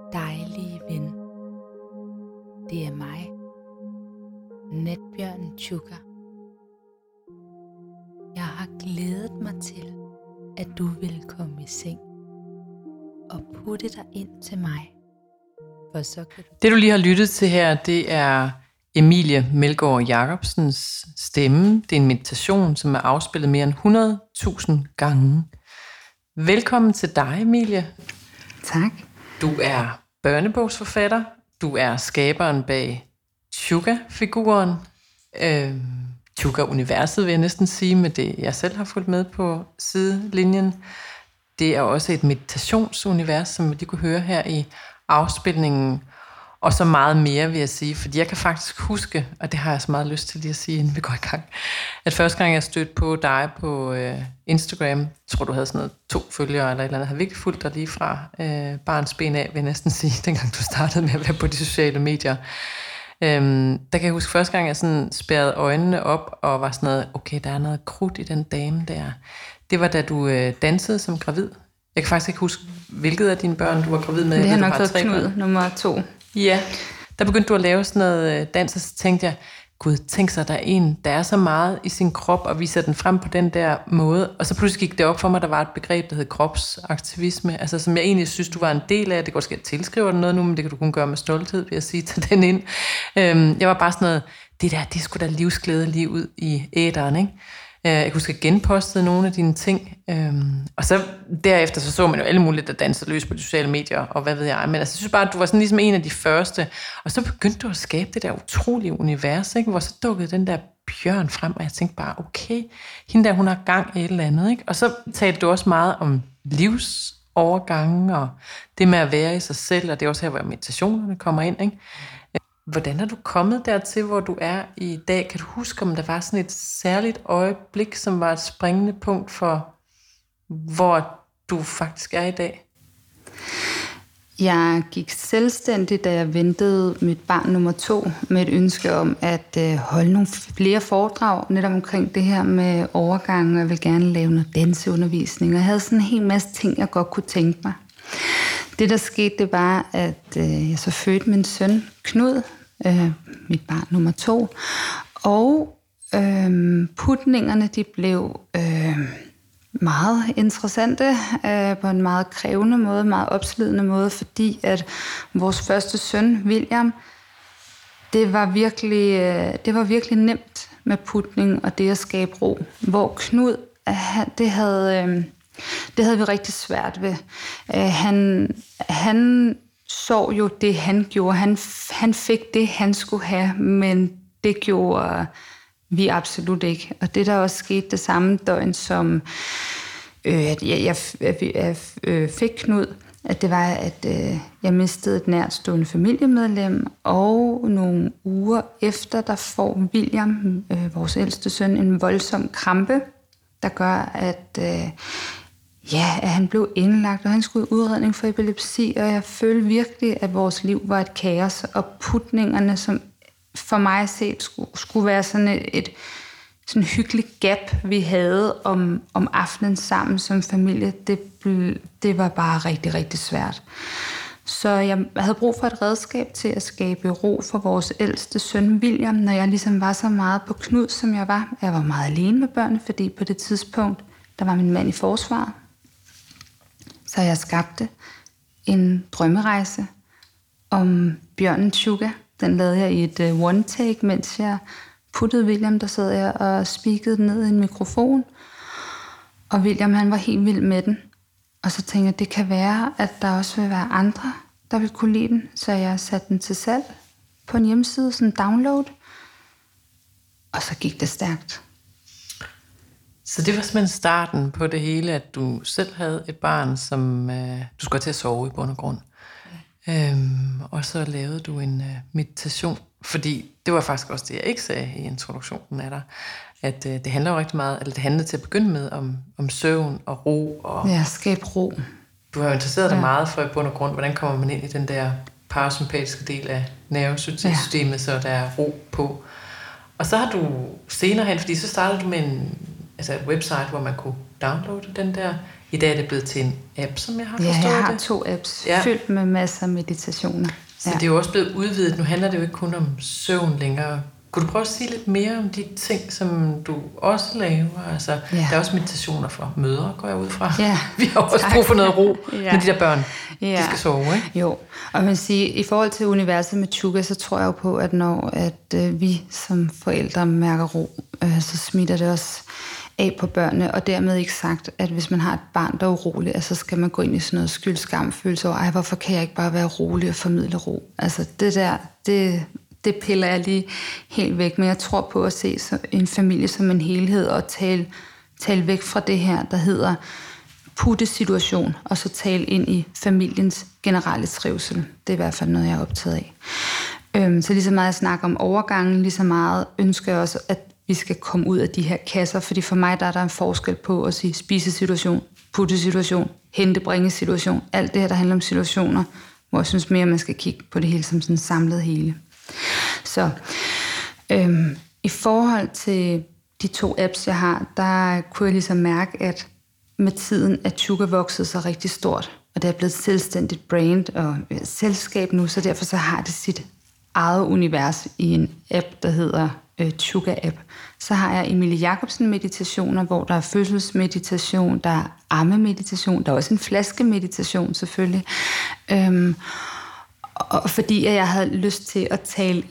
dejlige ven. Det er mig, natbjørnen Tjukker. Jeg har glædet mig til, at du vil komme i seng og putte dig ind til mig. For så kan du... Det du lige har lyttet til her, det er Emilie Melgaard Jacobsens stemme. Det er en meditation, som er afspillet mere end 100.000 gange. Velkommen til dig, Emilie. Tak. Du er børnebogsforfatter. Du er skaberen bag Tjukker-figuren. Tjukker-universet vil jeg næsten sige, med det jeg selv har fulgt med på sidelinjen. Det er også et meditationsunivers, som vi lige kunne høre her i afspilningen. Og så meget mere, vil jeg sige, fordi jeg kan faktisk huske, og det har jeg så meget lyst til lige at sige, inden vi går i gang, at første gang jeg stødte på dig på Instagram, jeg tror du havde sådan noget 2 følgere eller et eller andet, har virkelig fulgt dig lige fra barns ben af, vil jeg næsten sige, dengang du startede med at være på de sociale medier. Der kan jeg huske første gang, jeg sådan spærrede øjnene op og var sådan noget, okay, der er noget krudt i den dame der. Det var da du dansede som gravid. Jeg kan faktisk ikke huske, hvilket af dine børn du var gravid med. Det har nok været Knud, nummer 2. Ja, der begyndte du at lave sådan noget dans, og så tænkte jeg, gud, tænk sig, der er en, der er så meget i sin krop, og viser den frem på den der måde. Og så pludselig gik det op for mig, der var et begreb, der hed kropsaktivisme, altså som jeg egentlig synes, du var en del af. Det går måske tilskrive dig noget nu, men det kan du kun gøre med stolthed, vil jeg sige, tage den ind. Jeg var bare sådan noget, det der, det skulle da livsglæde lige ud i æteren, ikke? Jeg kan huske, at jeg genpostede nogle af dine ting. Og så derefter så man jo alle mulige, der dansede løs på de sociale medier, og hvad ved jeg. Men altså, jeg synes bare, at du var sådan ligesom en af de første. Og så begyndte du at skabe det der utrolige univers, ikke? Hvor så dukkede den der bjørn frem, og jeg tænkte bare, okay, hende der, hun har gang i et eller andet, ikke? Og så talte du også meget om livsovergange, og det med at være i sig selv, og det er også her, hvor meditationerne kommer ind, ikke? Hvordan er du kommet dertil, hvor du er i dag? Kan du huske, om der var sådan et særligt øjeblik, som var et springende punkt for, hvor du faktisk er i dag? Jeg gik selvstændigt, da jeg ventede mit barn nummer 2, med et ønske om at holde nogle flere foredrag, netop omkring det her med overgangen, og jeg ville gerne lave noget danseundervisning, og jeg havde sådan en hel masse ting, jeg godt kunne tænke mig. Det, der skete, det var, at jeg så fødte min søn Knud, mit barn nummer 2, og putningerne, de blev meget interessante på en meget krævende måde, meget opslidende måde, fordi at vores første søn, William, det var virkelig nemt med putning og det at skabe ro, hvor Knud, det havde vi rigtig svært ved. Han så jo det, han gjorde. Han fik det, han skulle have, men det gjorde vi absolut ikke. Og det, der også skete det samme døgn, som jeg fik Knud, at det var, at jeg mistede et nærtstående familiemedlem, og nogle uger efter, der får William, vores ældste søn, en voldsom krampe, der gør, at at han blev indlagt, og han skulle i udredning for epilepsi, og jeg følte virkelig, at vores liv var et kaos, og putningerne, som for mig set skulle være sådan et sådan hyggeligt gap, vi havde om aftenen sammen som familie, det var bare rigtig, rigtig svært. Så jeg havde brug for et redskab til at skabe ro for vores ældste søn William, når jeg ligesom var så meget på Knud, som jeg var. Jeg var meget alene med børnene, fordi på det tidspunkt, der var min mand i forsvaret. Så jeg skabte en drømmerejse om bjørnen Tjukker. Den lavede jeg i et one-take, mens jeg puttede William, der sad jeg og speakede den ned i en mikrofon. Og William, han var helt vild med den. Og så tænkte jeg, det kan være, at der også vil være andre, der vil kunne lide den. Så jeg satte den til salg på en hjemmeside, sådan download. Og så gik det stærkt. Så det var simpelthen starten på det hele, at du selv havde et barn, som du skulle til at sove i bund og grund. Og så lavede du en meditation, fordi det var faktisk også det, jeg ikke sagde i introduktionen af dig, at det handler jo rigtig meget, eller det handlede til at begynde med om søvn og ro. Og ja, skabe ro. Du har jo interesseret dig meget for i bund og grund, hvordan kommer man ind i den der parasympatiske del af nervesystemet, så der er ro på. Og så har du senere hen, fordi så startede du med et website, hvor man kunne downloade den der I dag er det blevet til en app, som jeg har forstået det. Ja, jeg har 2 apps fyldt med masser af meditationer. Så det er jo også blevet udvidet. Nu handler det jo ikke kun om søvn længere. Kunne du prøve at sige lidt mere om de ting, som du også laver? Altså, der er også meditationer for mødre, går jeg ud fra. Ja, vi har også brug for noget ro med de der børn. De skal sove, ikke? Jo, og man siger, i forhold til universet med Chuka, så tror jeg jo på, at når vi som forældre mærker ro, så smitter det også af på børnene, og dermed ikke sagt, at hvis man har et barn, der er uroligt, så skal man gå ind i sådan noget skyldskamfølelse over, hvorfor kan jeg ikke bare være rolig og formidle ro? Altså det der, det piller jeg lige helt væk, men jeg tror på at se en familie som en helhed og tale væk fra det her, der hedder puttesituation, og så tale ind i familiens generelle trivsel. Det er i hvert fald noget, jeg er optaget af. Så lige så meget jeg snakker om overgangen, lige så meget ønsker jeg også, at vi skal komme ud af de her kasser, fordi for mig der er der en forskel på at sige spisesituation, puttesituation, hente-bringe-situation, alt det her, der handler om situationer, hvor jeg synes mere, man skal kigge på det hele som sådan samlet hele. Så i forhold til de 2 apps, jeg har, der kunne jeg ligesom mærke, at med tiden at Chuka voksede sig rigtig stort, og det er blevet et selvstændigt brand og selskab nu, så derfor så har det sit eget univers i en app, der hedder Chuka-app. Så har jeg Emilie Jacobsen meditationer, hvor der er fødselsmeditation, der er ammemeditation, der er også en flaskemeditation selvfølgelig. Og fordi jeg havde lyst til at tale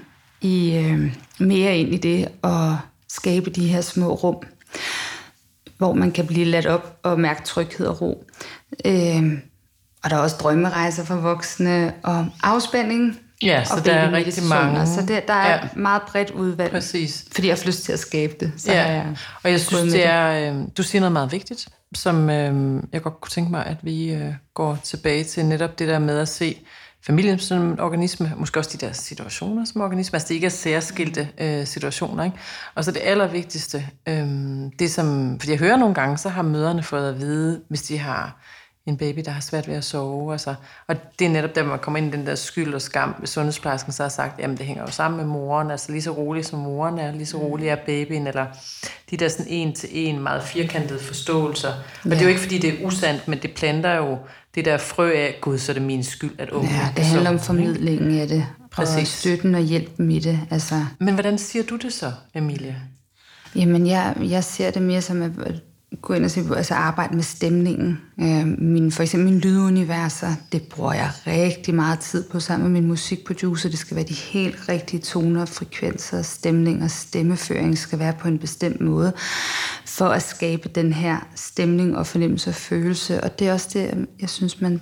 mere ind i det og skabe de her små rum, hvor man kan blive ladt op og mærke tryghed og ro. Og der er også drømmerejser for voksne og afspænding. Ja, så der er rigtig mange. Så der er meget bredt udvalg. Præcis. Fordi jeg har lyst til at skabe det. Så og jeg synes, det er, du siger noget meget vigtigt, som jeg godt kunne tænke mig, at vi går tilbage til netop det der med at se familien som en organisme, måske også de der situationer som organisme, altså det ikke er særskilte situationer, ikke? Og så det allervigtigste, det som, fordi jeg hører nogle gange, så har mødrene fået at vide, hvis de har en baby, der har svært ved at sove, altså, og det er netop der, man kommer ind i den der skyld og skam, hvis sundhedsplejersken så har sagt, jamen det hænger jo sammen med moren, altså lige så rolig som moren er, lige så rolig er babyen, eller de der sådan en til en meget firkantede forståelser. Og det er jo ikke, fordi det er usandt, men det planter jo det der frø af, gud, så er det min skyld, at unge. Ja, det handler om formidlingen af det, præcis. Og støtten og hjælpen i det. Altså. Men hvordan siger du det så, Emilie? Jamen, jeg ser det mere som at gå ind og se, altså arbejde med stemningen. For eksempel mine lyduniverser, det bruger jeg rigtig meget tid på sammen med min musikproducer. Det skal være de helt rigtige toner, frekvenser, stemninger, stemmeføring skal være på en bestemt måde, for at skabe den her stemning og fornemmelse og følelse. Og det er også det, jeg synes, man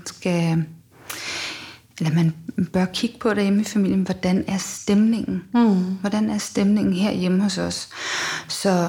bør kigge på derhjemme i familien. Hvordan er stemningen? Hvordan er stemningen herhjemme hos os? Så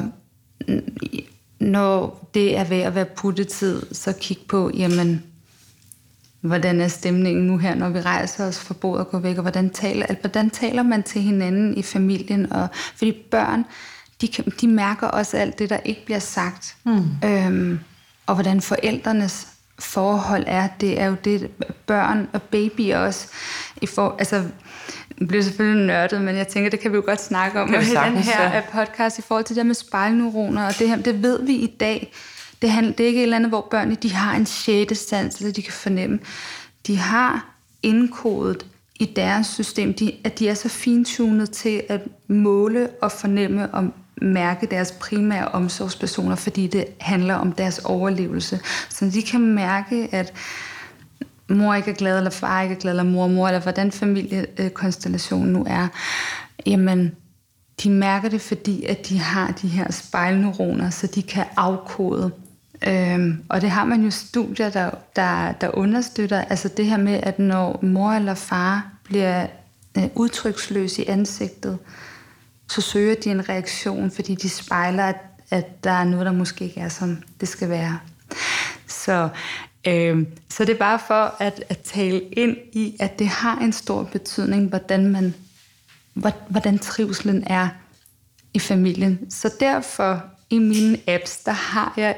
når det er ved at være puttetid, så kig på, jamen, hvordan er stemningen nu her, når vi rejser os fra bordet og går væk, og hvordan taler man til hinanden i familien? Og, fordi børn, de mærker også alt det, der ikke bliver sagt. Og hvordan forældrenes forhold er, det er jo det, børn og babyer også. Det bliver selvfølgelig nørdet, men jeg tænker, det kan vi jo godt snakke om i den her podcast i forhold til det med spejlneuroner, og det ved vi i dag. Det er ikke et eller andet, hvor børnene de har en sjette sans, eller de kan fornemme. De har indkodet i deres system, at de er så fintunet til at måle og fornemme og mærke deres primære omsorgspersoner, fordi det handler om deres overlevelse. Så de kan mærke, at mor ikke er glad, eller far ikke er glad, eller mor, eller hvordan familiekonstellationen nu er, jamen, de mærker det, fordi at de har de her spejlneuroner, så de kan afkode. Og det har man jo studier, der understøtter, altså det her med, at når mor eller far bliver udtryksløs i ansigtet, så søger de en reaktion, fordi de spejler, at der er noget, der måske ikke er, som det skal være. Så det er bare for at tale ind i, at det har en stor betydning, hvordan trivselen er i familien. Så derfor i mine apps, der har jeg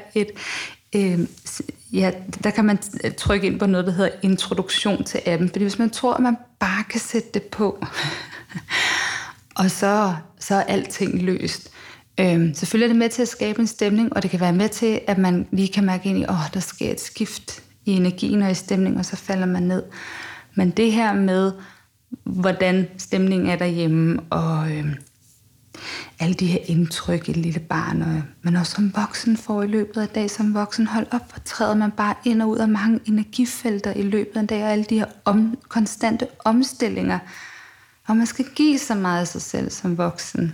der kan man trykke ind på noget, der hedder introduktion til appen. Fordi hvis man tror, at man bare kan sætte det på, og så er alting løst, Selvfølgelig er det med til at skabe en stemning, og det kan være med til, at man lige kan mærke ind i, der sker et skift i energien og i stemningen, og så falder man ned. Men det her med, hvordan stemningen er derhjemme, og alle de her indtryk i et lille barn, men også som voksen får i løbet af dag, som voksen, hold op, hvor træder man bare ind og ud af mange energifelter i løbet af en dag, og alle de her konstante omstillinger. Og man skal give så meget af sig selv som voksen.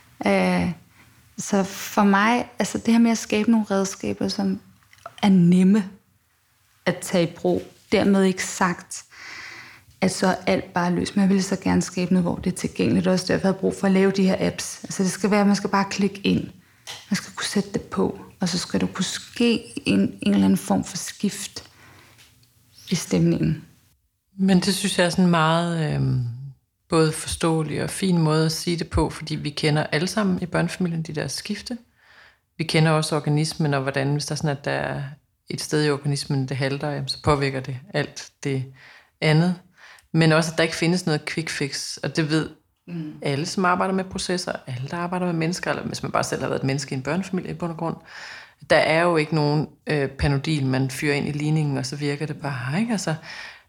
Så for mig, altså det her med at skabe nogle redskaber, som er nemme at tage i brug, dermed ikke sagt, at så er alt bare løst. Men jeg vil så gerne skabe noget, hvor det er tilgængeligt. Også derfor har jeg brug for at lave de her apps. Altså det skal være, at man skal bare klikke ind. Man skal kunne sætte det på, og så skal du kunne ske en eller anden form for skift i stemningen. Men det synes jeg er sådan meget både forståelig og fin måde at sige det på, fordi vi kender alle sammen i børnefamilien de der skifte. Vi kender også organismen, og hvordan, hvis der er sådan, at der er et sted i organismen, det halter, så påvirker det alt det andet. Men også, at der ikke findes noget quick fix, og det ved alle, som arbejder med processer, alle, der arbejder med mennesker, eller hvis man bare selv har været et menneske i en børnefamilie i bund og grund. Der er jo ikke nogen Panodil, man fyrer ind i ligningen, og så virker det bare, ikke? Altså,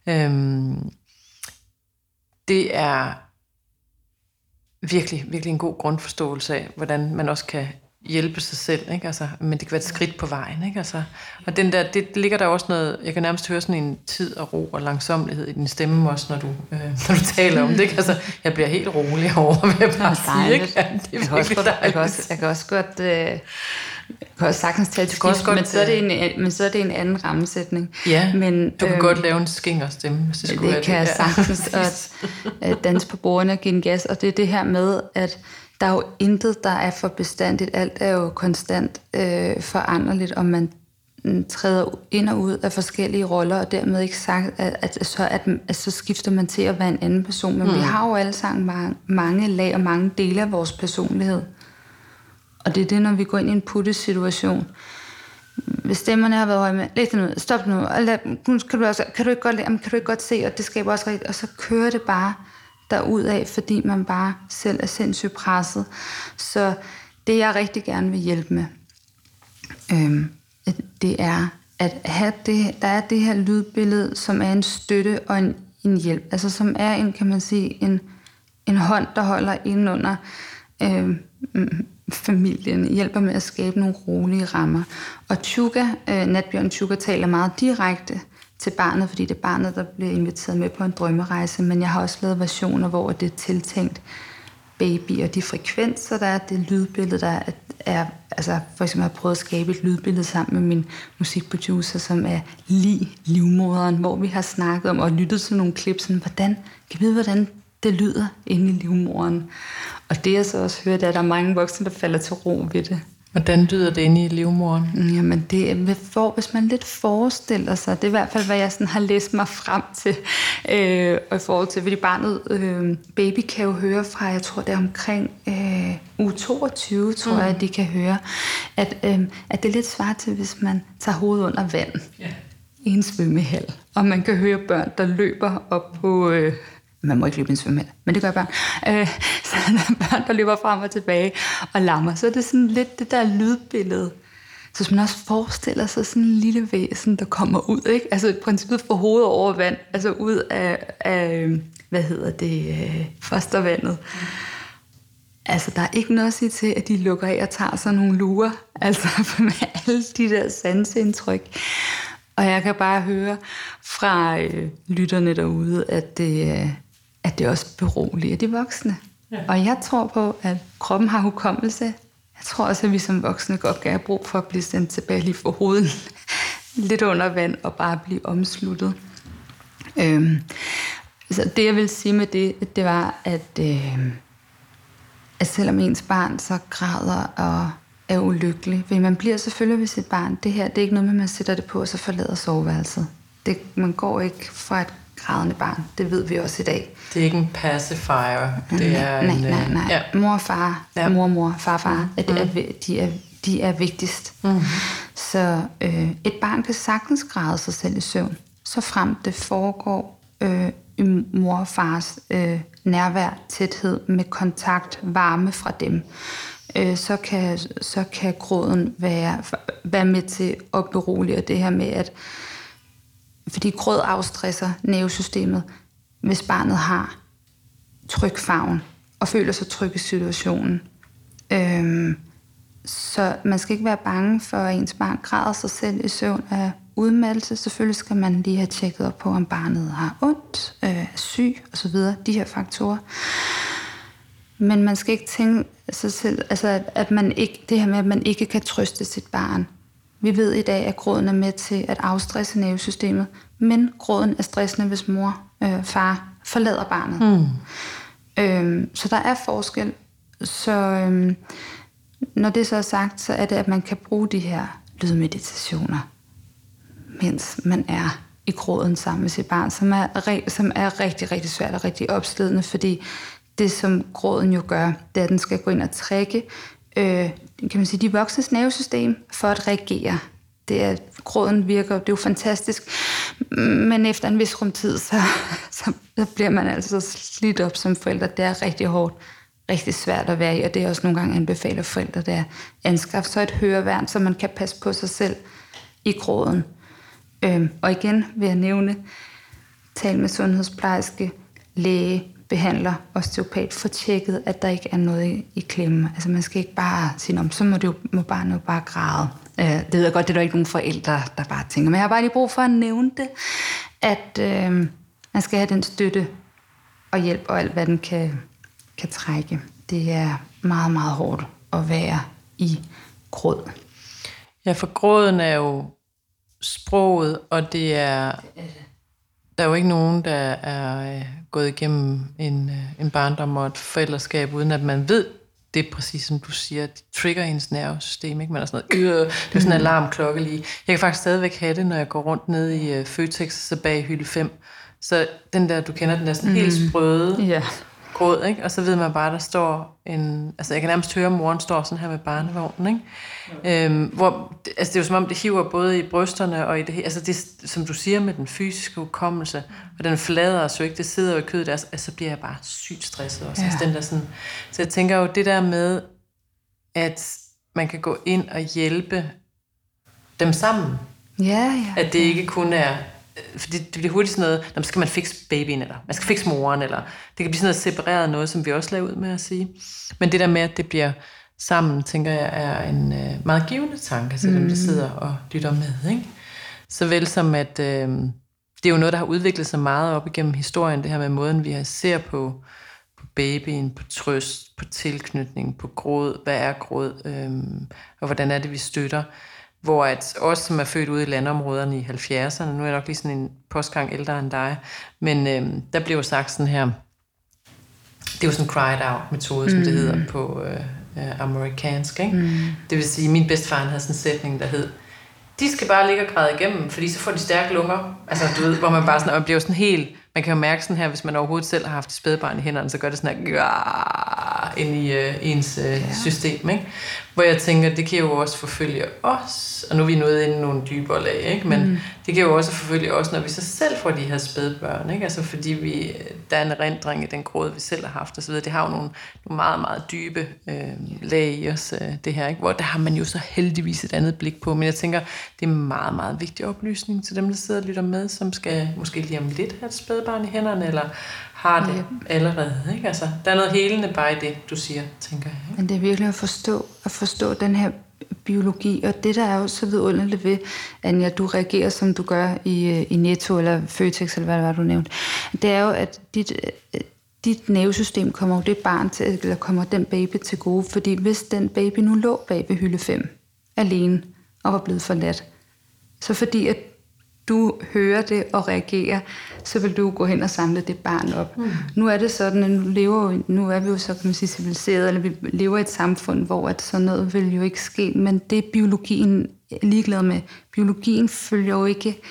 det er virkelig, virkelig en god grundforståelse af, hvordan man også kan hjælpe sig selv, ikke? Altså, men det kan være et skridt på vejen, ikke? Altså, og den der, det ligger der også noget, jeg kan nærmest høre sådan en tid og ro og langsommelighed i din stemme også, når du taler om det, ikke? Altså, jeg bliver helt rolig over, hvad jeg bare siger, ikke? Ja, det er virkelig dejligt. Jeg kan også godt... Jeg kan også sagtens tage et skift, men så er det en anden rammesætning. Ja, men, du kan godt lave en skingerstemme, hvis det skulle være det. Det kan jeg sagtens, og danse på bordene og give en gas, og det er det her med, at der er jo intet, der er for bestandigt. Alt er jo konstant foranderligt, og man træder ind og ud af forskellige roller, og dermed ikke sagt, at så skifter man til at være en anden person. Men vi har jo alle sammen mange lag og mange dele af vores personlighed. Og det er det, når vi går ind i en puttesituation. Hvis stemmerne har været høje med, læg det nu, stop nu, kan du ikke godt se, og det skaber også rigtigt, og så kører det bare derudad, fordi man bare selv er sindssygt presset. Så det, jeg rigtig gerne vil hjælpe med, det er at have der er det her lydbillede, som er en støtte og en hjælp, altså som er en, kan man sige, en hånd, der holder ind under familien, hjælper med at skabe nogle rolige rammer. Og natbjørn Chuga taler meget direkte til barnet, fordi det er barnet, der bliver inviteret med på en drømmerejse, men jeg har også lavet versioner, hvor det er tiltænkt baby, og de frekvenser, der er, det lydbillede, der er altså for eksempel har jeg prøvet at skabe et lydbillede sammen med min musikproducer, som er livmoderen, hvor vi har snakket om og lyttet til nogle klip, sådan, kan vide, hvordan det lyder inde i livmoderen. Og det jeg så også hørt, er, at der er mange voksne, der falder til ro ved det. Hvordan lyder det inde i livmoderen? Jamen, hvis man lidt forestiller sig, det er i hvert fald, hvad jeg sådan har læst mig frem til, og i forhold til, fordi barnet, baby kan jo høre fra, jeg tror det er omkring uge 22, tror jeg, at de kan høre, at det er lidt svært til, hvis man tager hovedet under vand i en svømmehal, og man kan høre børn, der løber op på... man må ikke løbe i en svømmehal, men det gør børn. Så der er børn, der løber frem og tilbage og lammer. Så er det sådan lidt det der lydbillede. Så hvis man også forestiller sig sådan en lille væsen, der kommer ud, ikke? Altså i princippet for hovedet over vand, altså ud af fostervandet. Altså der er ikke noget at sige til, at de lukker af og tager sådan nogle lurer, altså med alle de der sanseindtryk. Og jeg kan bare høre fra lytterne derude, at det også beroliger de voksne. Ja. Og jeg tror på, at kroppen har hukommelse. Jeg tror også, at vi som voksne godt kan have brug for at blive sendt tilbage lige for hovedet, lidt under vand og bare blive omsluttet. Så det, jeg vil sige med det var, at selvom ens barn så græder og er ulykkelig, fordi man bliver selvfølgelig ved sit barn. Det her, det er ikke noget med, at man sætter det på og så forlader soveværelset. Man går ikke fra et grædende barn. Det ved vi også i dag. Det er ikke en pacifier. Det er nej. Ja. Mor og far, mor, farfar, de er vigtigst. Mm-hmm. Så et barn kan sagtens græde sig selv i søvn, så frem det foregår i mor og fars nærvær, tæthed med kontakt, varme fra dem. så kan gråden være med til at berolige det her med, at fordi gråd afstresser nervesystemet, hvis barnet har tryg favn og føler sig tryg i situationen. Så man skal ikke være bange for, at ens barn græder sig selv i søvn af udmattelse. Selvfølgelig skal man lige have tjekket op på, om barnet har ondt, er syg osv. De her faktorer. Men man skal ikke tænke sig selv, altså at man ikke, det her med, at man ikke kan trøste sit barn. Vi ved i dag, at gråden er med til at afstresse nervesystemet, men gråden er stressende, hvis mor, far forlader barnet. Så der er forskel. Så når det så er sagt, så er det, at man kan bruge de her lydmeditationer, mens man er i gråden sammen med sit barn, som er rigtig, rigtig svært og rigtig opslidende, fordi det, som gråden jo gør, det er, at den skal gå ind og trække kan man sige, de voksnes nervesystem for at reagere. Gråden virker, det er jo fantastisk, men efter en vis rumtid, så bliver man altså slidt op som forældre. Det er rigtig hårdt, rigtig svært at være i, og det er også nogle gange anbefaler forældre, der anskaffer så et høreværn, så man kan passe på sig selv i gråden. Og igen vil jeg nævne, tal med sundhedsplejerske, læge, behandler, osteopat, få tjekket, at der ikke er noget i klemme. Altså man skal ikke bare sige, så må barnet jo bare græde. Det ved jeg godt, det er der ikke nogen forældre, der bare tænker, men jeg har bare lige brug for at nævne det, at man skal have den støtte og hjælp og alt, hvad den kan trække. Det er meget, meget hårdt at være i gråd. Ja, for gråden er jo sproget, og det er... Der er jo ikke nogen, der er gået igennem en barndom og et forældreskab, uden at man ved, det er præcis som du siger, det trigger ens nervesystem, ikke? Man er sådan noget, det er sådan en alarmklokke lige. Jeg kan faktisk stadigvæk have det, når jeg går rundt ned i Føtex, så bag hylde 5. Så den der, du kender, den der sådan helt sprøde gråd, ikke? Og så ved man bare, der står altså jeg kan nærmest høre, at moren står sådan her med barnevognen, ikke? Altså det er jo som om, det hiver både i brysterne og i det hele, altså det, som du siger med den fysiske hukommelse, og den flader så ikke, det sidder jo i kødet, altså så bliver jeg bare sygt stresset også. Altså den der sådan, så jeg tænker jo, det der med, at man kan gå ind og hjælpe dem sammen, at det ikke kun er, fordi det bliver hurtigt sådan noget, så skal man fikse babyen, eller man skal fikse moren, eller det kan blive sådan noget separeret noget, som vi også laver ud med at sige. Men det der med, at det bliver sammen, tænker jeg, er en meget givende tanke til dem, der sidder og lytter med. Ikke? Såvel som, at det er jo noget, der har udviklet sig meget op igennem historien, det her med måden, vi ser på babyen, på trøst, på tilknytning, på gråd, hvad er gråd, og hvordan er det, vi støtter. Hvor at os, som er født ude i landområderne i 70'erne, nu er jeg nok lige sådan en postgang ældre end dig, men der blev jo sagt sådan her, det er jo sådan en cried out metode, som det hedder på amerikansk, ikke? Det vil sige, min bedstefar havde sådan en sætning, der hed, de skal bare ligge og græde igennem, fordi så får de stærke lunger. Altså du ved, hvor man bare sådan, man bliver sådan helt, man kan jo mærke sådan her, hvis man overhovedet selv har haft et spædbarn i hænderne, så gør det sådan her, ind i ens system, ikke? Hvor jeg tænker, det kan jo også forfølge os, og nu er vi nået ind i nogle dybere lag, ikke? Men det kan jo også forfølge os, når vi så selv får de her spædbørn, ikke? Altså fordi der er en erindring i den gråd, vi selv har haft, og så videre. Det har jo nogle meget, meget dybe lag i os, det her, ikke? Hvor der har man jo så heldigvis et andet blik på, men jeg tænker, det er en meget, meget vigtig oplysning til dem, der sidder og lytter med, som skal måske lige om lidt have et spædbarn i hænderne, eller har det allerede, ikke? Altså, der er noget helende bare i det, du siger, tænker jeg. Ikke? Men det er virkelig at forstå den her biologi, og det der er jo så vidunderligt ved, Anja, du reagerer, som du gør i Netto eller Føtex, eller hvad det var, du nævnte, det er jo, at dit nervesystem kommer jo det barn til, eller kommer den baby til gode, fordi hvis den baby nu lå bag ved hylde 5, alene, og var blevet forladt, så fordi at du hører det og reagerer, så vil du gå hen og samle det barn op. Nu er det sådan, at nu er vi jo så, kan man sige, civiliseret, eller vi lever i et samfund, hvor at sådan noget vil jo ikke ske, men det er biologien ligeglad med. Biologien følger jo ikke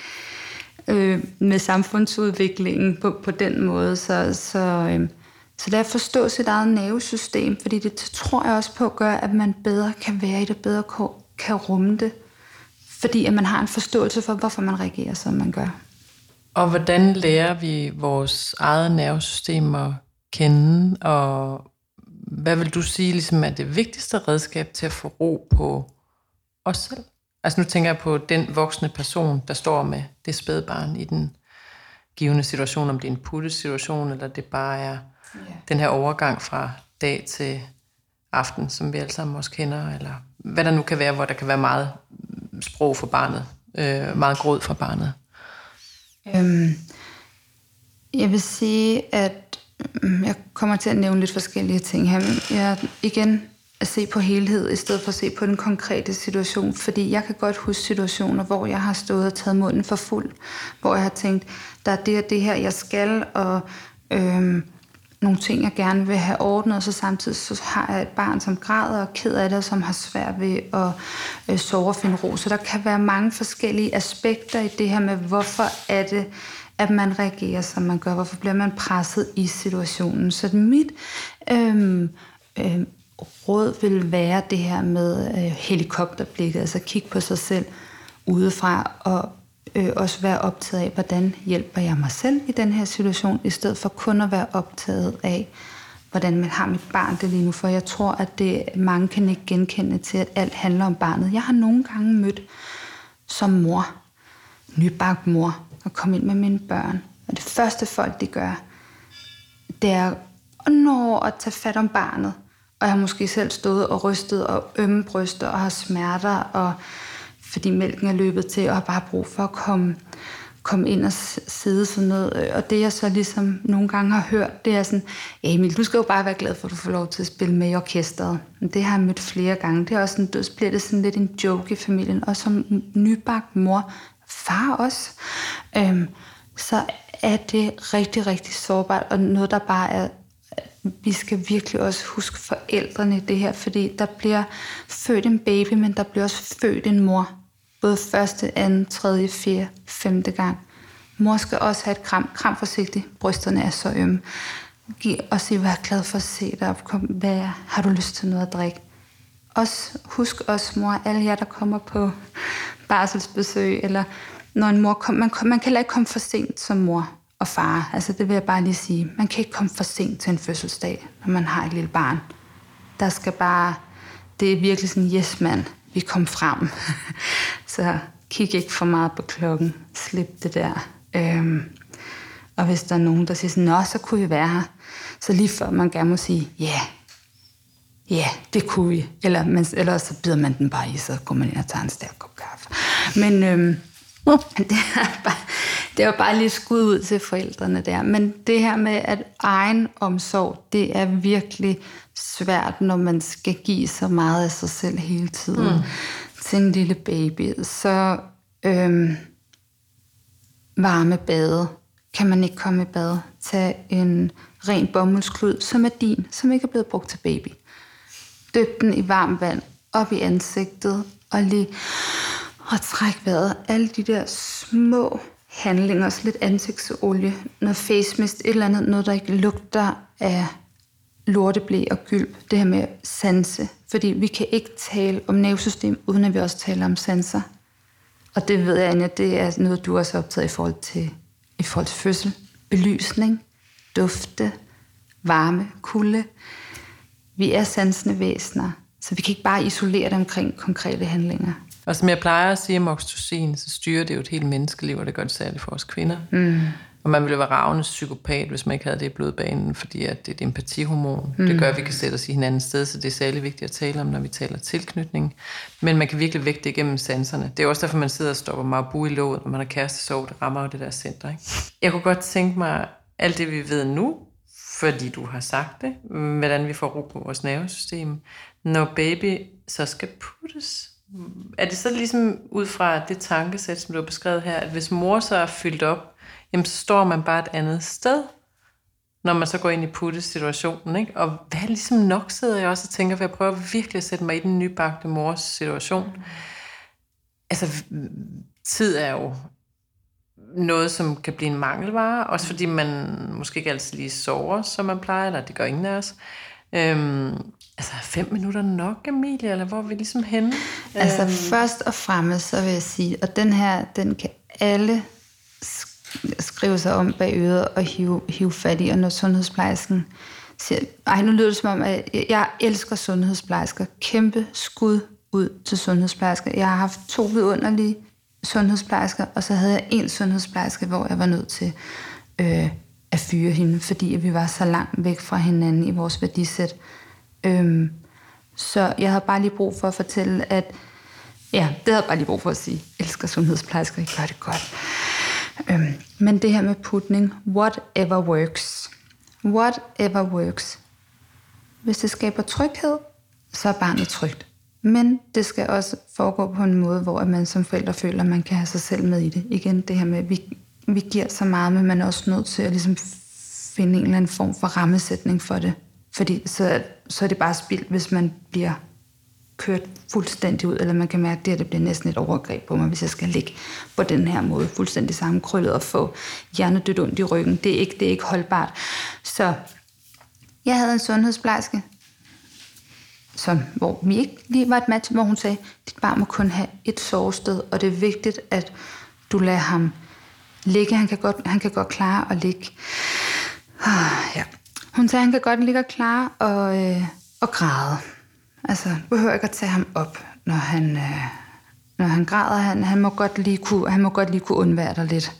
med samfundsudviklingen på den måde, så det er at forstå sit eget nervesystem, fordi det tror jeg også på at gøre, at man bedre kan være i det, bedre kan rumme det, fordi at man har en forståelse for, hvorfor man reagerer, som man gør. Og hvordan lærer vi vores eget nervesystem at kende, og hvad vil du sige ligesom er det vigtigste redskab til at få ro på os selv? Altså nu tænker jeg på den voksne person, der står med det spædbarn i den givende situation, om det er en puttesituation, eller det bare er den her overgang fra dag til aften, som vi alle sammen også kender, eller hvad der nu kan være, hvor der kan være meget sprog for barnet, meget gråd for barnet. Jeg vil sige, at jeg kommer til at nævne lidt forskellige ting her. Jeg igen at se på helhed, i stedet for at se på den konkrete situation, fordi jeg kan godt huske situationer, hvor jeg har stået og taget munden for fuld, hvor jeg har tænkt, der er det og det her, jeg skal, og nogle ting, jeg gerne vil have ordnet, og så samtidig så har jeg et barn, som græder og ked af det, og som har svært ved at sove og finde ro. Så der kan være mange forskellige aspekter i det her med, hvorfor er det, at man reagerer, som man gør, hvorfor bliver man presset i situationen. Så mit råd vil være det her med helikopterblikket, altså kigge på sig selv udefra, og også være optaget af, hvordan hjælper jeg mig selv i den her situation, i stedet for kun at være optaget af, hvordan man har mit barn det lige nu. For jeg tror, at det mange kan ikke genkende til, at alt handler om barnet. Jeg har nogle gange mødt som mor, nybagt mor, og komme ind med mine børn. Og det første folk, de gør, det er at nå at tage fat om barnet. Og jeg har måske selv stået og rystet og ømme bryster og har smerter, og fordi mælken er løbet til, og har bare brug for at komme ind og sidde sådan noget. Og det jeg så ligesom nogle gange har hørt, det er sådan, Emil, du skal jo bare være glad for, at du får lov til at spille med i orkestret. Men det har jeg mødt flere gange. Det er også sådan, så bliver det sådan lidt en joke i familien. Og som nybagt mor, far også, så er det rigtig, rigtig sårbart, og noget, der bare er, vi skal virkelig også huske forældrene i det her, fordi der bliver født en baby, men der bliver også født en mor. Både første, anden, tredje, fjerde, femte gang. Mor skal også have et kram. Kram forsigtigt. Brysterne er så ømme. Og sige, vær glad for at se dig op. Har du lyst til noget at drikke? Husk også, mor, alle jer, der kommer på barselsbesøg, eller når en mor kommer, man kan ikke komme for sent som mor og far. Altså det vil jeg bare lige sige. Man kan ikke komme for sent til en fødselsdag, når man har et lille barn. Der skal bare, det er virkelig sådan, yes mand, vi kom frem. Så kig ikke for meget på klokken. Slip det der. Og hvis der er nogen, der siger sådan, nå, så kunne vi være her. Så lige før man gerne må sige, ja, det kunne vi. Eller så bider man den bare i, så går man ind og tager en stærk kop kaffe. Men det er bare lige skud ud til forældrene der. Men det her med, at egen omsorg, det er virkelig svært, når man skal give så meget af sig selv hele tiden til en lille baby. Så varme bade. Kan man ikke komme i bad? Tag en ren bomuldsklud, som er din, som ikke er blevet brugt til baby. Døb den i varmt vand, op i ansigtet, og lige træk vejret. Alle de der små handlinger, også lidt ansigtsolie, noget face mist, et eller andet, noget der ikke lugter af lorteblæ og gylp. Det her med sanse, fordi vi kan ikke tale om nervesystem, uden at vi også taler om sanser. Og det ved jeg, Anja, det er noget, du også har optaget i forhold til fødsel. Belysning, dufte, varme, kulde. Vi er sansende væsener, så vi kan ikke bare isolere dem omkring konkrete handlinger. Og som jeg plejer at sige om oxytocin, så styrer det jo et helt menneskeliv, og det gør det særligt for os kvinder. Og man ville være ravende psykopat, hvis man ikke havde det i blodbanen, fordi at det er et empatihormon. Det gør, at vi kan sætte os i hinandens sted, så det er særlig vigtigt at tale om, når vi taler tilknytning. Men man kan virkelig vægte det igennem sanserne. Det er også derfor, man sidder og stopper Marabu i låget, når man har kærestesorg. Det rammer jo det der center, ikke? Jeg kunne godt tænke mig, alt det vi ved nu, fordi du har sagt det, hvordan vi får ro på vores nervesystem, når baby så skal puttes. Er det så ligesom ud fra det tankesæt, som du har beskrevet her, at hvis mor så er fyldt op, jamen så står man bare et andet sted, når man så går ind i puttesituationen, ikke? Og hvad ligesom nok sidder jeg også og tænker, for jeg prøver virkelig at sætte mig i den nybagte mors situation. Altså, tid er jo noget, som kan blive en mangelvare, også fordi man måske ikke altid lige sover, som man plejer, eller det gør ingen af os. Altså 5 minutter nok, Emilie, eller hvor er vi ligesom henne? Altså først og fremmest, så vil jeg sige, og den her, den kan alle skrive sig om bag øret og hive fat i, og når sundhedsplejersken Nu lyder det som om, at jeg elsker sundhedsplejersker. Kæmpe skud ud til sundhedsplejersker. Jeg har haft 2 vidunderlige sundhedsplejersker, og så havde jeg en sundhedsplejerske, hvor jeg var nødt til at fyre hende, fordi vi var så langt væk fra hinanden i vores værdisæt. Så jeg havde bare lige brug for at fortælle, at det havde jeg bare lige brug for at sige, elsker sundhedsplejersker, I gør det godt. Men det her med putning, whatever works. Whatever works. Hvis det skaber tryghed, så er barnet trygt. Men det skal også foregå på en måde, hvor man som forælder føler, at man kan have sig selv med i det. Igen det her med, at vi giver så meget, men man er også nødt til at ligesom finde en eller anden form for rammesætning for det. Fordi så er det bare spild, hvis man bliver kørt fuldstændig ud, eller man kan mærke, at det bliver næsten et overgreb på mig, hvis jeg skal ligge på den her måde, fuldstændig sammenkrøllet og få hjernedødt ondt i ryggen. Det er ikke holdbart. Så jeg havde en sundhedsplejerske, hvor vi ikke lige var et match, hvor hun sagde, dit barn må kun have et sovested, og det er vigtigt, at du lader ham ligge. Han kan godt klare at ligge. Ja. Hun sagde, han kan godt ligge og klare og græde. Altså, behøver ikke at tage ham op, når han græder. Han må godt lige kunne undvære dig lidt.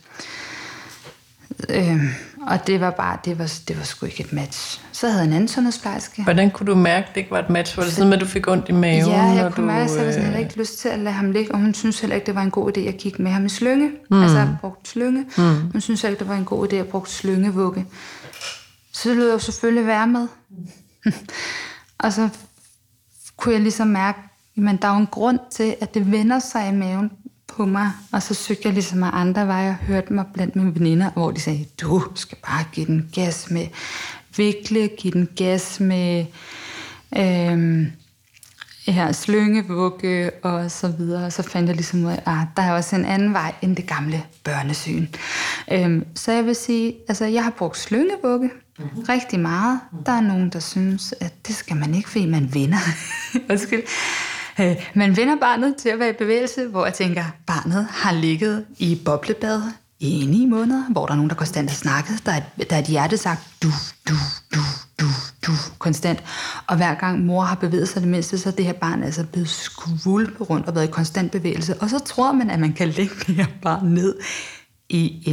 Og det var sgu ikke et match. Så havde jeg en anden sundhedsplejerske. Hvordan kunne du mærke, at det ikke var et match? Var det sådan, at du fik ondt i maven? Ja, jeg kunne mærke, at jeg havde ikke lyst til at lade ham ligge, og hun synes heller ikke, det var en god idé at kigge med ham i slynge. Altså, jeg brugte slynge. Hun synes heller ikke, det var en god idé at bruge slyngevugge. Så lød jeg jo selvfølgelig være med. Og så kunne jeg ligesom mærke, at der er en grund til, at det vender sig i maven på mig. Og så søgte jeg ligesom af andre veje og hørte mig blandt mine veninder, hvor de sagde, du skal bare give den gas med vikle, give den gas med slyngevugge og så videre. Og så fandt jeg ligesom ud af, der er også en anden vej end det gamle børnesyn. Så jeg vil sige, altså jeg har brugt slyngevugge rigtig meget. Der er nogen, der synes, at det skal man ikke, fordi man vinder. Man vinder barnet til at være i bevægelse, hvor jeg tænker, barnet har ligget i boblebad i 9 måneder, hvor der er nogen, der konstant har snakket. Der er et hjerte sagt, du, konstant. Og hver gang mor har bevæget sig det mindste, så er det her barn altså blevet skvulpet rundt og været i konstant bevægelse. Og så tror man, at man kan lægge det her barn ned i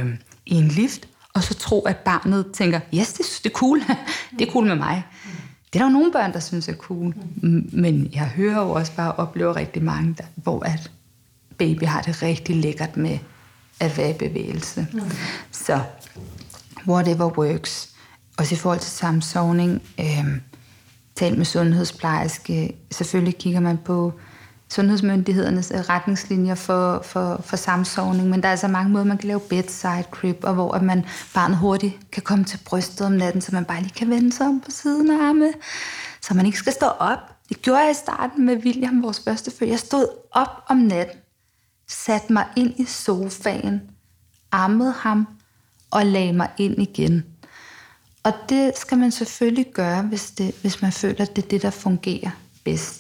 en lift, og så tro, at barnet tænker, yes, det er cool. Det er cool med mig. Det er der jo nogle børn, der synes er cool. Men jeg hører jo også bare og oplever rigtig mange, hvor at baby har det rigtig lækkert med at være i bevægelse. Så whatever works. Også i forhold til samsovning, tal med sundhedsplejerske. Selvfølgelig kigger man på sundhedsmyndighedernes retningslinjer for samsovning, men der er altså mange måder, man kan lave bedside crib, og hvor at barnet hurtigt kan komme til brystet om natten, så man bare lige kan vende sig om på siden af arme, så man ikke skal stå op. Det gjorde jeg i starten med William, vores førstefødte. Jeg stod op om natten, satte mig ind i sofaen, ammede ham og lagde mig ind igen. Og det skal man selvfølgelig gøre, hvis man føler, at det er det, der fungerer bedst.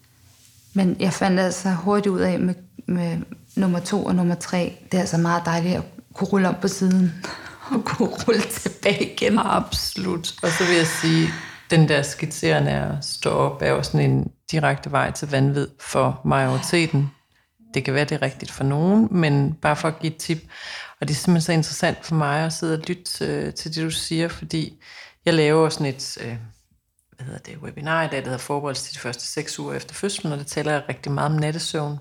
Men jeg fandt altså hurtigt ud af med nummer 2 og nummer 3, det er altså meget dejligt at kunne rulle om på siden og kunne rulle tilbage igen. Absolut. Og så vil jeg sige, den der skitserende at stå op er jo sådan en direkte vej til vanvid for majoriteten. Det kan være, det er rigtigt for nogen, men bare for at give et tip. Og det er simpelthen så interessant for mig at sidde og lytte til det, du siger, fordi jeg laver sådan et webinar i dag, der hedder forberedelse til de første 6 uger efter fødslen, og det taler jeg rigtig meget om nattesøvn.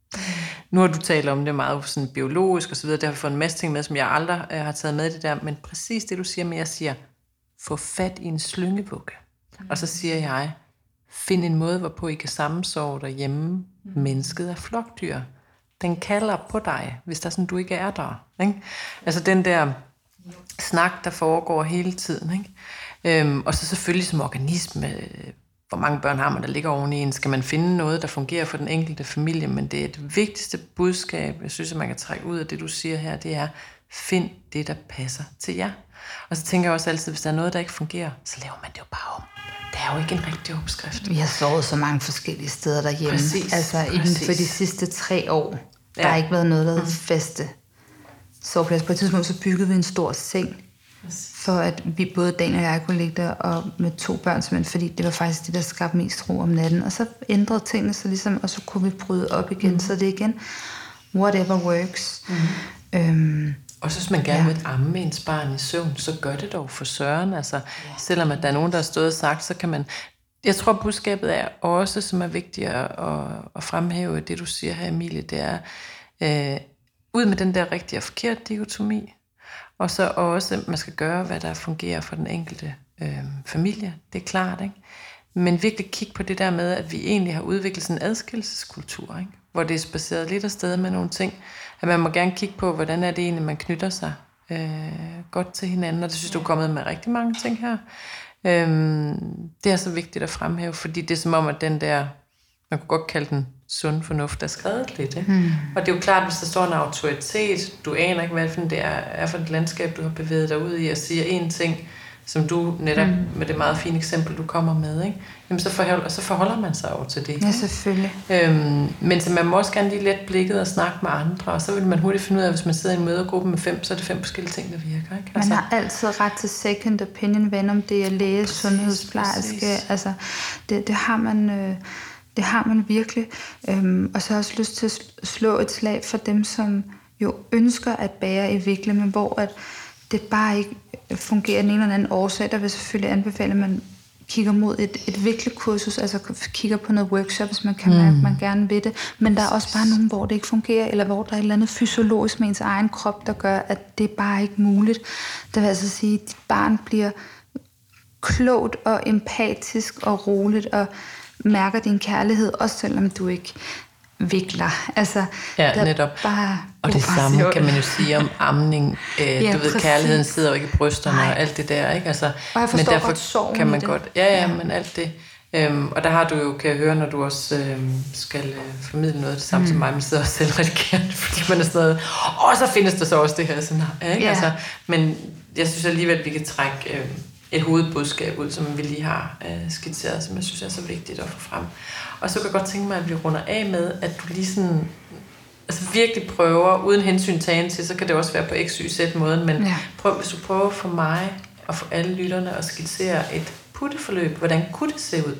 Nu har du talt om det meget sådan biologisk og så videre, det har fået en masse ting med, som jeg aldrig har taget med i det der, men præcis det, du siger med, jeg siger, få fat i en slyngevugge. Og så siger jeg, find en måde, hvorpå I kan sammensove derhjemme. Mennesket er flokdyr. Den kalder på dig, hvis der er sådan, du ikke er der. Ikke? Altså den der snak, der foregår hele tiden. Ikke? Og så selvfølgelig som organisme, hvor mange børn har man, der ligger oveni en, skal man finde noget, der fungerer for den enkelte familie, men det er det vigtigste budskab, jeg synes, at man kan trække ud af det, du siger her, det er, find det, der passer til jer. Og så tænker jeg også altid, hvis der er noget, der ikke fungerer, så laver man det jo bare om. Det er jo ikke en rigtig opskrift. Vi har sovet så mange forskellige steder derhjemme. Præcis. Inden for de sidste 3 år, der har ikke været noget, der hedder faste soveplads. På et tidspunkt så byggede vi en stor seng for at vi, både Daniel og jeg, kunne ligge der og med 2 børn, simpelthen, fordi det var faktisk det, der skabte mest ro om natten. Og så ændrede tingene sig ligesom, og så kunne vi bryde op igen. Så det er igen, whatever works. Og så hvis man gerne vil amme ens barn i søvn, så gør det dog for søren. Altså, selvom at der er nogen, der har stået og sagt, så kan man... Jeg tror, budskabet er også, som er vigtigt at fremhæve det, du siger her, Emilie, det er ud med den der rigtig og forkert dikotomi, og så også, man skal gøre, hvad der fungerer for den enkelte familie. Det er klart, ikke? Men virkelig kigge på det der med, at vi egentlig har udviklet sådan en adskillelseskultur, ikke? Hvor det er baseret lidt afsted med nogle ting. At man må gerne kigge på, hvordan er det egentlig, man knytter sig godt til hinanden. Og det synes du er kommet med rigtig mange ting her. Det er så vigtigt at fremhæve, fordi det er som om, at den der, man kunne godt kalde den sund fornuft, er skrevet lidt. Ikke? Og det er jo klart, hvis der står en autoritet, du aner ikke, hvad det er for et landskab, du har bevæget dig ud i, og siger en ting, som du netop med det meget fine eksempel, du kommer med, ikke? Jamen så forholder man sig over til det. Ja, selvfølgelig. Men så man må også gerne lige let blikket og snakke med andre, og så vil man hurtigt finde ud af, at hvis man sidder i en mødergruppe med 5, så er det 5 forskellige ting, der virker. Ikke? Man har altid ret til second opinion, hvad om det er læge, sundhedsplejerske. Altså, det har man... Det har man virkelig. Og så har jeg også lyst til at slå et slag for dem, som jo ønsker at bære i vikle, men hvor at det bare ikke fungerer den ene eller anden årsag. Der vil selvfølgelig anbefale, at man kigger mod et viklekursus, altså kigger på noget workshop, hvis man kan mærke, at man gerne vil det. Men der er også bare nogen, hvor det ikke fungerer, eller hvor der er et eller andet fysiologisk med ens egen krop, der gør, at det bare ikke er muligt. Det vil altså sige, at dit barn bliver klogt og empatisk og roligt og mærker din kærlighed, også selvom du ikke vikler. Altså, ja, netop. Og det samme kan man jo sige om amning. Du ved, kærligheden sidder jo ikke i brysterne og alt det der, ikke? Altså, og jeg forstår men derfor godt sorgen kan man godt. Ja, men alt det. Og der har du jo, kan jeg høre, når du også skal formidle noget det samme som mig, man sidder også selv redigerende, fordi man er sådan noget, så findes der så også det her scenarie, ikke? Altså, men jeg synes alligevel, at vi kan trække et hovedbudskab ud, som vi lige har skitseret, som jeg synes er så vigtigt at få frem. Og så kan jeg godt tænke mig, at vi runder af med, at du lige sådan, altså virkelig prøver, uden hensyn tagen til, så kan det også være på x, y, z måden, men hvis du prøver for mig og for alle lytterne at skitsere et putteforløb, hvordan kunne det se ud?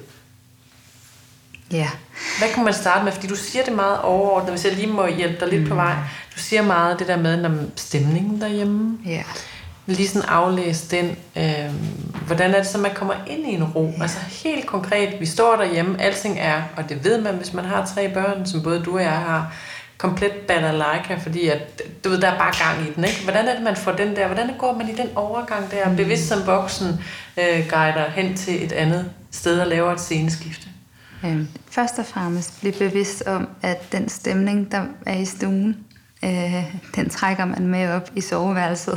Ja. Hvad kunne man starte med? Fordi du siger det meget overordnet, hvis jeg lige må hjælpe dig lidt på vej. Du siger meget det der med stemningen derhjemme. Ja. Lige sådan aflæse den. Hvordan er det så, man kommer ind i en ro? Altså helt konkret, vi står derhjemme, alting er, og det ved man, hvis man har 3 børn, som både du og jeg har, komplet balalaika, fordi at, du ved, der er bare gang i den, ikke? Hvordan er det, man får den der, hvordan går man i den overgang der, bevidst som voksen, guider hen til et andet sted og laver et sceneskifte? Først og fremmest blive bevidst om, at den stemning, der er i stuen, den trækker man med op i soveværelset.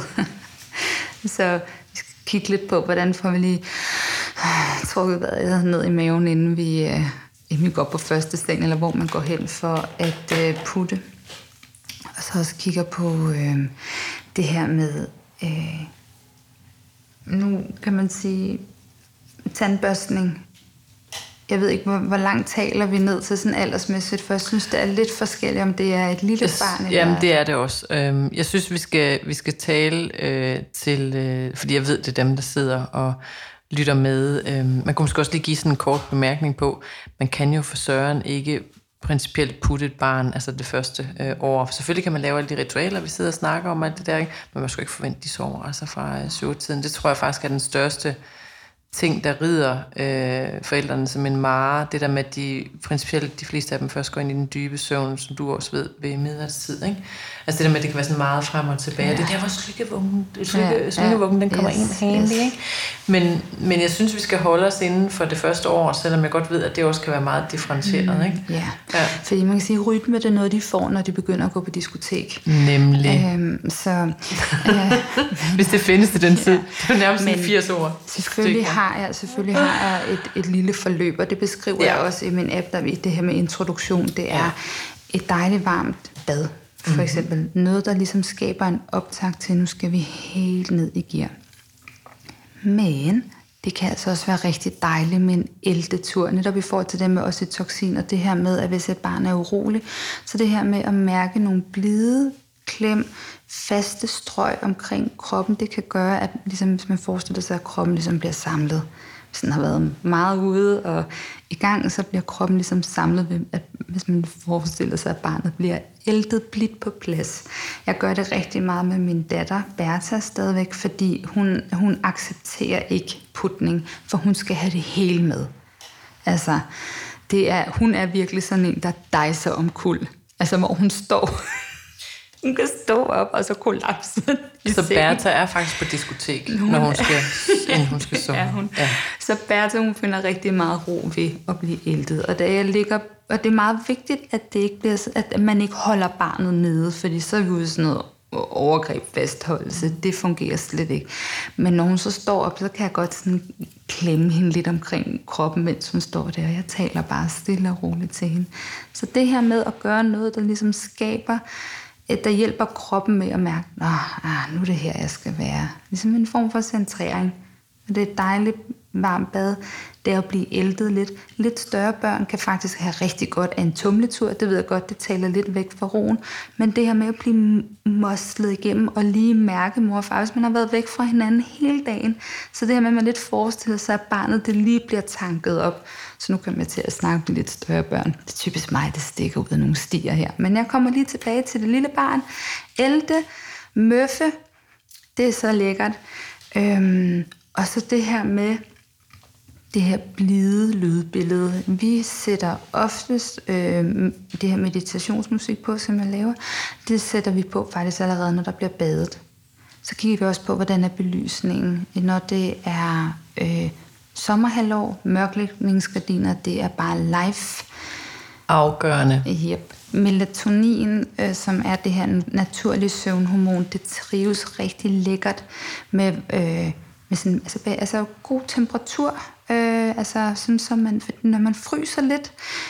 Så vi skal kigge lidt på, hvordan får vi lige trukket vejret ned i maven, inden vi går på første seng, eller hvor man går hen for at putte. Og så også kigger på det her med, nu kan man sige, tandbørstning. Jeg ved ikke, hvor langt taler vi ned til sådan aldersmæssigt, for jeg synes, det er lidt forskelligt, om det er et lille barn. Jamen, det er det også. Jeg synes, vi skal tale til, fordi jeg ved, det er dem, der sidder og lytter med. Man kunne måske også lige give sådan en kort bemærkning på, man kan jo for søren ikke principielt putte et barn, altså det første år. Selvfølgelig kan man lave alle de ritualer, vi sidder og snakker om alt det der, ikke? Men man skal ikke forvente, de sover altså fra 7-tiden. Det tror jeg faktisk er den største ting, der rider forældrene som en mare. Det der med, at de fleste af dem først går ind i den dybe søvn, som du også ved, ved middagstid, ikke? Altså det der med, at det kan være sådan meget frem og tilbage. Ja. Det er der, hvor slykkevuggen, den kommer ind handy, ikke? Men jeg synes, vi skal holde os inden for det første år, selvom jeg godt ved, at det også kan være meget differentieret, ikke? Ja, fordi man kan sige, at rytme, det er noget, de får, når de begynder at gå på diskotek. Nemlig. Hvis det findes til den tid. Det er nærmest 80 år. Selvfølgelig har jeg et lille forløb, og det beskriver jeg også i min app, der ved det her med introduktion. Det er et dejligt varmt bad, for eksempel. Noget, der ligesom skaber en optakt til, nu skal vi helt ned i gear. Men det kan altså også være rigtig dejligt med en æltetur, netop i forhold til det med oxytocin, og det her med, at hvis et barn er urolig, så det her med at mærke nogle blide klem, faste strøg omkring kroppen, det kan gøre, at ligesom, hvis man forestiller sig, at kroppen ligesom bliver samlet. Hvis den har været meget ude og i gang, så bliver kroppen ligesom samlet ved, at hvis man forestiller sig, at barnet bliver æltet blidt på plads. Jeg gør det rigtig meget med min datter, Bertha, stadigvæk, fordi hun accepterer ikke putning, for hun skal have det hele med. Altså, hun er virkelig sådan en, der dejser omkuld. Altså, hvor hun står... Hun kan stå op, og så kollapse. Så Bertha er faktisk på diskotek, når hun skal sove. Ja. Så Bertha, hun finder rigtig meget ro ved at blive æltet. Og og det er meget vigtigt, at det ikke bliver, at man ikke holder barnet nede, fordi så er vi ude sådan noget overgreb fastholdelse. Det fungerer slet ikke. Men når hun så står op, så kan jeg godt sådan klemme hende lidt omkring kroppen, mens hun står der, og jeg taler bare stille og roligt til hende. Så det her med at gøre noget, der ligesom skaber, der hjælper kroppen med at mærke, nu er det her, jeg skal være. Ligesom en form for centrering. Og det er et dejligt varmt bad. Det er at blive æltet lidt. Lidt større børn kan faktisk have rigtig godt af en tumletur. Det ved jeg godt, det taler lidt væk fra roen. Men det her med at blive moslet igennem og lige mærke mor og far, hvis man har været væk fra hinanden hele dagen. Så det her med, at man lidt forestiller sig, at barnet det lige bliver tanket op. Så nu kommer jeg til at snakke med lidt større børn. Det er typisk mig, det stikker ud af nogle stier her. Men jeg kommer lige tilbage til det lille barn. Ælte, møffe, det er så lækkert. Og så det her med det her blide lydbillede. Vi sætter oftest det her meditationsmusik på, som jeg laver. Det sætter vi på faktisk allerede, når der bliver badet. Så kigger vi også på, hvordan er belysningen. Når det er sommerhalvår, mørklægningsgardiner, det er bare live. Afgørende. Yep. Melatonin, som er det her naturlige søvnhormon, det trives rigtig lækkert med sådan, altså god temperatur. Altså sådan, så når man fryser lidt,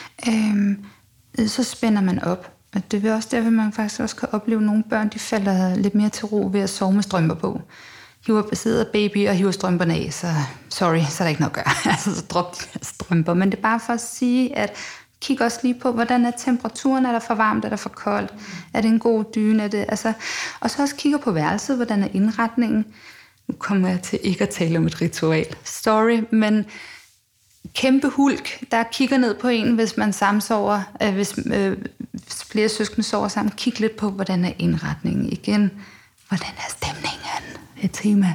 så spænder man op. Og det er også derfor, man faktisk også kan opleve, at nogle børn de falder lidt mere til ro ved at sove med strømper på. Sidder baby og hiver strømperne af, så sorry, så er der ikke noget at gøre. Altså, så drop de her strømper. Men det er bare for at sige, at kig også lige på, hvordan er temperaturen, er der for varmt, er der for koldt, er det en god dyne, er det, altså, og så også kigger på værelset, hvordan er indretningen. Nu kommer jeg til ikke at tale om et ritual. Sorry, men kæmpe hulk, der kigger ned på en, hvis man samsover, hvis flere søskende sover sammen. Kig lidt på, hvordan er indretningen igen. Hvordan er stemningen? Et tema.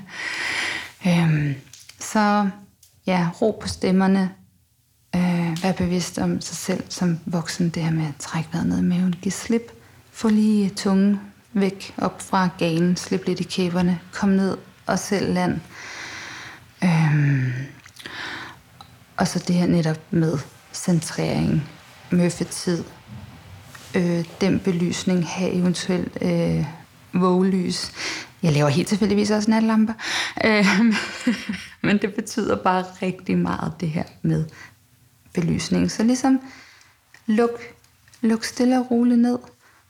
Så ja, ro på stemmerne. Vær bevidst om sig selv som voksen. Det her med at trække vejret ned i maven. Giv slip. Få lige tungen væk op fra ganen. Slip lidt i kæberne. Kom ned og selv land. Og så det her netop med centrering, møffetid, den belysning, have eventuelt vågelys. Jeg laver helt tilfældigvis også natlamper. Men det betyder bare rigtig meget det her med belysning. Så ligesom luk stille og roligt ned.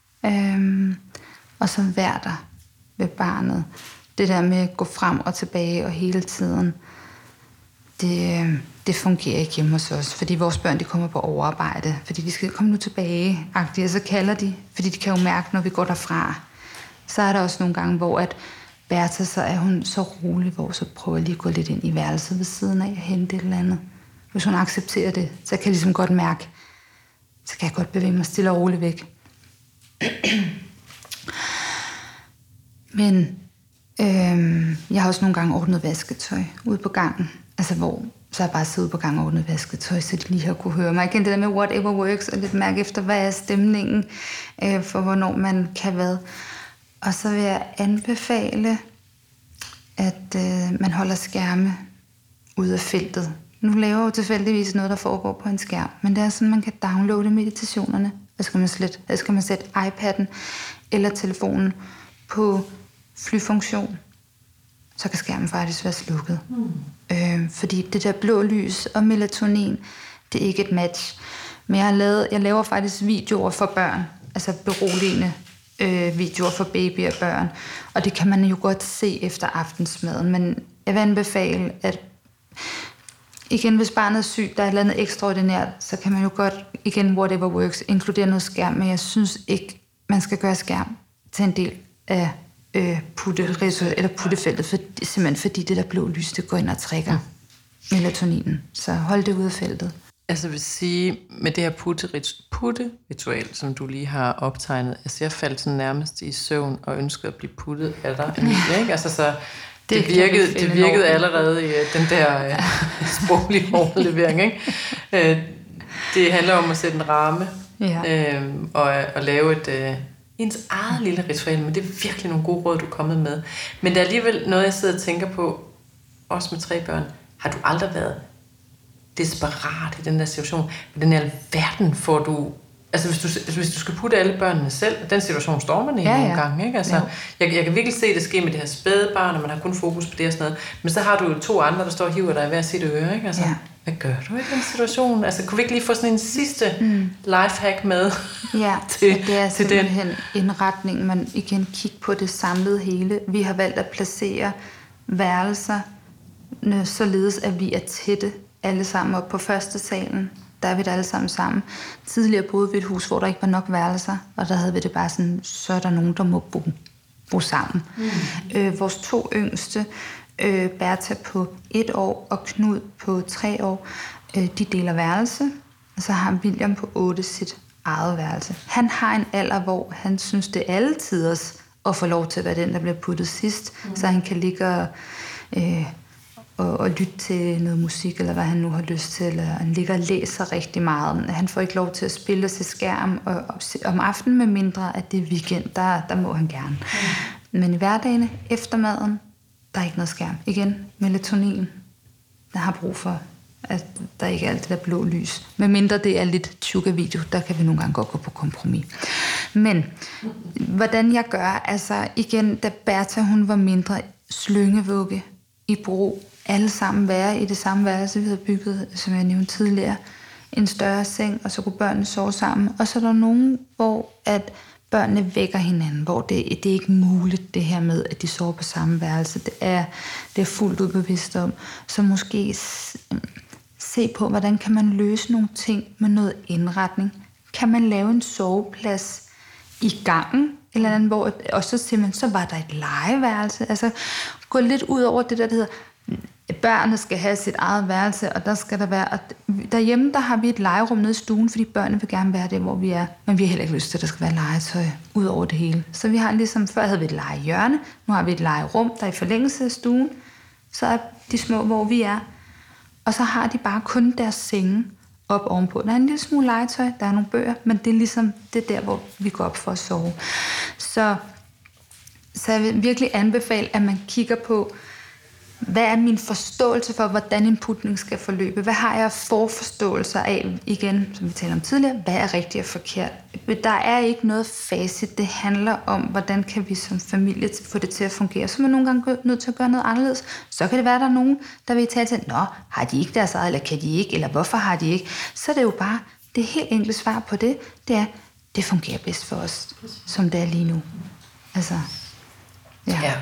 Og så vær der ved barnet. Det der med at gå frem og tilbage og hele tiden, det fungerer ikke hjemme hos os. Fordi vores børn, de kommer på overarbejde. Fordi vi skal komme nu tilbage. Og så kalder de, fordi de kan jo mærke, når vi går derfra. Så er der også nogle gange, hvor at Bertha, så er hun så rolig, hvor så prøver jeg lige at gå lidt ind i værelset ved siden af og hente et eller andet. Hvis hun accepterer det, så kan jeg ligesom godt mærke, så kan jeg godt bevæge mig stille og roligt væk. Men jeg har også nogle gange ordnet vasketøj ude på gangen. Altså hvor så har jeg bare siddet på gangen og ordnet vasketøj, så de lige har kunne høre mig. Igen det der med whatever works, og lidt mærke efter, hvad er stemningen for, hvornår man kan hvad. Og så vil jeg anbefale, at man holder skærme ude af feltet. Nu laver jeg jo tilfældigvis noget, der foregår på en skærm, men det er sådan, man kan downloade meditationerne. Der skal man sætte iPad'en eller telefonen på flyfunktion. Så kan skærmen faktisk være slukket. Fordi det der blå lys og melatonin, det er ikke et match. Men jeg laver faktisk videoer for børn, altså beroligende videoer for babyer og børn. Og det kan man jo godt se efter aftensmaden. Men jeg vil anbefale, at igen, hvis barnet er sygt, der er et eller andet ekstraordinært, så kan man jo godt, igen, whatever works, inkludere noget skærm. Men jeg synes ikke, man skal gøre skærm til en del af puttefeltet, simpelthen fordi det der blå lys, det går ind og trækker melatoninen. Så hold det ude af feltet. Altså jeg vil sige, med det her putteritual, som du lige har optegnet, altså jeg faldt sådan nærmest i søvn og ønskede at blive puttet af dig, Emilie, ikke? Altså så det virkede allerede i den der sproglige overlevering, ikke? Det handler om at sætte en ramme, og lave ens eget lille ritual, men det er virkelig nogle gode råd, du er kommet med. Men der er alligevel noget, jeg sidder og tænker på, også med 3 børn. Har du aldrig været desperat i den der situation? Hvordan i alverden får du... Altså hvis du skal putte alle børnene selv, den situation står man i nogle gange, ikke? Altså, jeg kan virkelig se det ske med det her spædebarn, og man har kun fokus på det og sådan noget. Men så har du 2 andre, der står og hiver dig i hver sit øre, ikke? Altså, hvad gør du i den situation? Altså, kunne vi ikke lige få sådan en sidste lifehack med til det er simpelthen en retning, man igen kigger på det samlede hele. Vi har valgt at placere værelser, således at vi er tætte alle sammen op på første salen. Der er vi der alle sammen. Tidligere boede vi et hus, hvor der ikke var nok værelser, og der havde vi det bare sådan, så er der nogen, der må bo sammen. Vores 2 yngste, Bertha på 1 år og Knud på 3 år, de deler værelse, og så har William på 8 sit eget værelse. Han har en alder, hvor han synes, det er alle tiders at få lov til at være den, der bliver puttet sidst, så han kan ligge og lytte til noget musik, eller hvad han nu har lyst til, eller han ligger og læser rigtig meget. Han får ikke lov til at spille til skærm, og om aftenen med mindre, at det er weekend, der må han gerne. Men i hverdagen, efter maden, der er ikke noget skærm. Igen, melatonin, der har brug for, at der ikke er alt det der blå lys. Men mindre det er lidt tjukke-video, der kan vi nogle gange godt gå på kompromis. Men hvordan jeg gør, altså igen, da Bertha hun var mindre, slyngevugge i brug, alle sammen være i det samme værelse, vi havde bygget, som jeg nævnte tidligere, en større seng, og så kunne børnene sove sammen. Og så er der nogen, hvor at børnene vækker hinanden, hvor det er ikke muligt, det her med, at de sover på samme værelse. Det er fuldt ud bevidst om. Så måske se på, hvordan kan man løse nogle ting med noget indretning. Kan man lave en soveplads i gangen, eller andet, hvor, og så simpelthen, så var der et legeværelse. Altså gå lidt ud over det der hedder, børnene skal have sit eget værelse, og der skal der være... Derhjemme, der har vi et legerum nede i stuen, fordi børnene vil gerne være der, hvor vi er. Men vi har heller ikke lyst til, at der skal være legetøj ud over det hele. Så vi har ligesom... Før havde vi et legehjørne, nu har vi et legerum, der er i forlængelse af stuen. Så er de små, hvor vi er. Og så har de bare kun deres senge op ovenpå. Der er en lille smule legetøj, der er nogle bøger, men det er ligesom det der, hvor vi går op for at sove. Så jeg vil virkelig anbefale, at man kigger på, hvad er min forståelse for, hvordan en putning skal forløbe? Hvad har jeg forforståelser af, igen, som vi talte om tidligere, hvad er rigtigt og forkert? Der er ikke noget facit. Det handler om, hvordan kan vi som familie få det til at fungere. Så er man nogle gange nødt til at gøre noget anderledes. Så kan det være, at der er nogen, der vil tale til, nå, har de ikke deres eget, eller kan de ikke, eller hvorfor har de ikke? Så er det jo bare, det helt enkle svar på det, det er, det fungerer bedst for os, som det er lige nu. Altså, ja.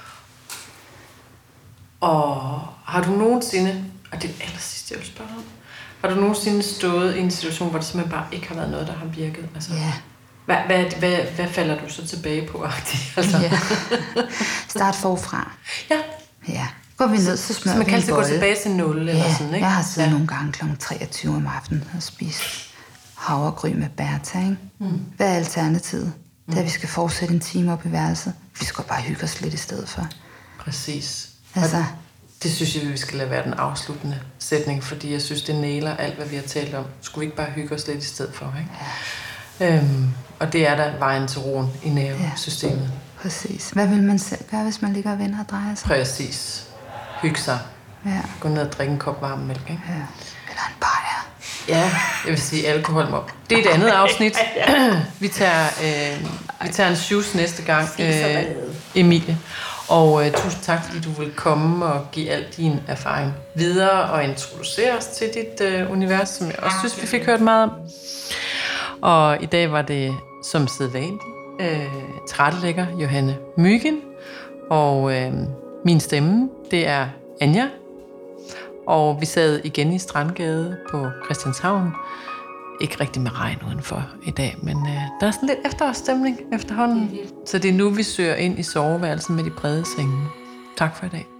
Og har du nogensinde, og det er det allersidste, jeg vil spørge om, har du nogensinde stået i en situation, hvor det simpelthen bare ikke har været noget, der har virket? Altså, hvad falder du så tilbage på? Altså? Ja. Start forfra. Ja. Går vi ned, så smører vi en bolle. Så man kan gå tilbage til 0 eller sådan, ikke? Jeg har siddet nogle gange kl. 23 om aftenen og spist havregryn med Bertha, ikke? Hvad er alternativet? Det er, at vi skal fortsætte en time op i værelset. Vi skal bare hygge os lidt i stedet for. Præcis. Altså, det synes jeg, vi skal lade være den afsluttende sætning, fordi jeg synes, det næler alt, hvad vi har talt om. Skulle vi ikke bare hygge os lidt i stedet for, ikke? Ja. Og det er der vejen til roen i nervesystemet. Ja, præcis. Hvad vil man selv gøre, hvis man ligger og vender og drejer sig? Præcis. Hygge sig. Ja. Gå ned og drikke en kop varm mælk, ikke? Ja. Eller en bajer. Ja, jeg vil sige alkohol. Det er et andet afsnit. Vi tager en shoes næste gang, Emilie. Og tusind tak, fordi du vil komme og give al din erfaring videre og introducere os til dit univers, som jeg også synes, vi fik hørt meget om. Og i dag var det som sædvanligt tilrettelægger Johanne Mygind, og min stemme, det er Anja. Og vi sad igen i Strandgade på Christianshavn ikke rigtig med regn udenfor i dag, men der er sådan lidt efterårsstemning efterhånden. Så det er nu, vi søger ind i soveværelsen med de brede senge. Tak for i dag.